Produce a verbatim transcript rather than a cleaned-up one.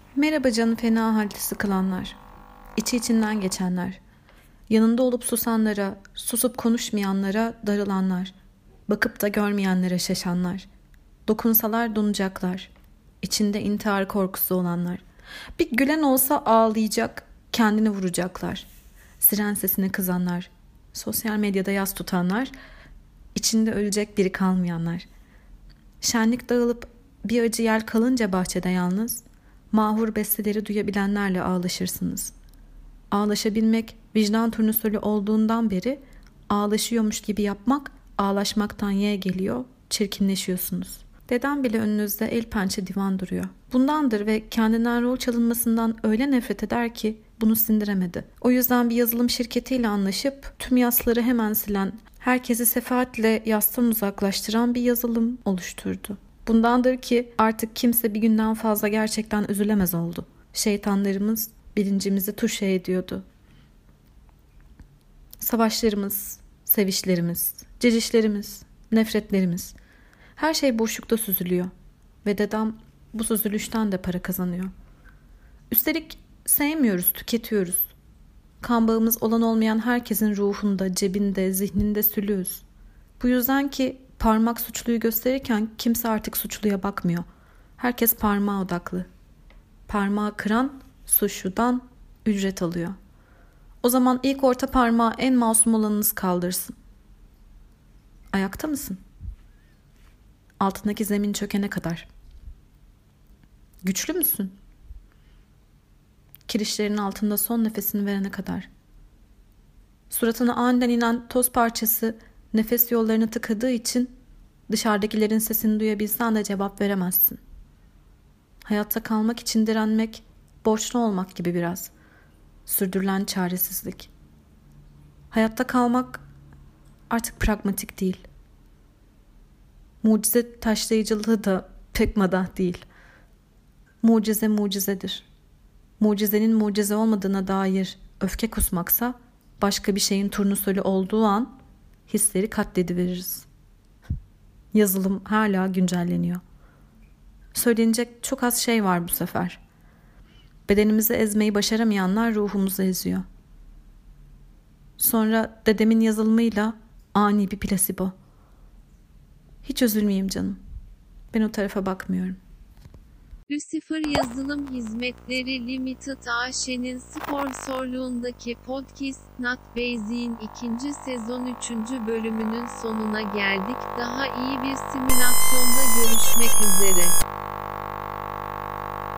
Merhaba canı fena halde sıkılanlar, içi içinden geçenler, yanında olup susanlara, susup konuşmayanlara darılanlar, bakıp da görmeyenlere şaşanlar, dokunsalar donacaklar, içinde intihar korkusu olanlar, bir gülen olsa ağlayacak, kendini vuracaklar, siren sesine kızanlar, sosyal medyada yas tutanlar, içinde ölecek biri kalmayanlar, şenlik dağılıp bir acı yel kalınca bahçede yalnız, mahur besteleri duyabilenlerle ağlaşırsınız. Ağlaşabilmek vicdan turnusolu olduğundan beri ağlaşıyormuş gibi yapmak ağlaşmaktan ye geliyor, çirkinleşiyorsunuz. Dedem bile önünüzde el pençe divan duruyor. Bundandır ve kendinden rol çalınmasından öyle nefret eder ki bunu sindiremedi. O yüzden bir yazılım şirketiyle anlaşıp tüm yasları hemen silen, herkesi sefaatle yastan uzaklaştıran bir yazılım oluşturdu. Bundandır ki artık kimse bir günden fazla gerçekten üzülemez oldu. Şeytanlarımız bilincimizi tuşe ediyordu. Savaşlarımız, sevişlerimiz, cecişlerimiz, nefretlerimiz, her şey boşlukta süzülüyor ve dedem bu süzülüşten de para kazanıyor. Üstelik sevmiyoruz, tüketiyoruz. Kan bağımız olan olmayan herkesin ruhunda, cebinde, zihninde sülüyoruz. Bu yüzden ki parmak suçluyu gösterirken kimse artık suçluya bakmıyor. Herkes parmağa odaklı. Parmağı kıran suçludan ücret alıyor. O zaman ilk orta parmağı en masum olanınız kaldırsın. Ayakta mısın? Altındaki zemin çökene kadar. Güçlü müsün? Kirişlerin altında son nefesini verene kadar. Suratına aniden inen toz parçası nefes yollarını tıkadığı için dışarıdakilerin sesini duyabilsen de cevap veremezsin. Hayatta kalmak için direnmek, borçlu olmak gibi biraz. Sürdürülen çaresizlik. Hayatta kalmak artık pragmatik değil. Mucize taşlayıcılığı da pek madah değil. Mucize mucizedir. Mucizenin mucize olmadığına dair öfke kusmaksa başka bir şeyin turnusolu olduğu an hisleri katlediveririz. Yazılım hala güncelleniyor. Söylenecek çok az şey var bu sefer. Bedenimizi ezmeyi başaramayanlar ruhumuzu eziyor. Sonra dedemin yazılımıyla ani bir plasebo. Hiç üzülmeyeyim canım. Ben o tarafa bakmıyorum. Lucifer Yazılım Hizmetleri Limited A Ş'nin sponsorluğundaki podcast Not Basic'in ikinci sezon üçüncü bölümünün sonuna geldik. Daha iyi bir simülasyonda görüşmek üzere.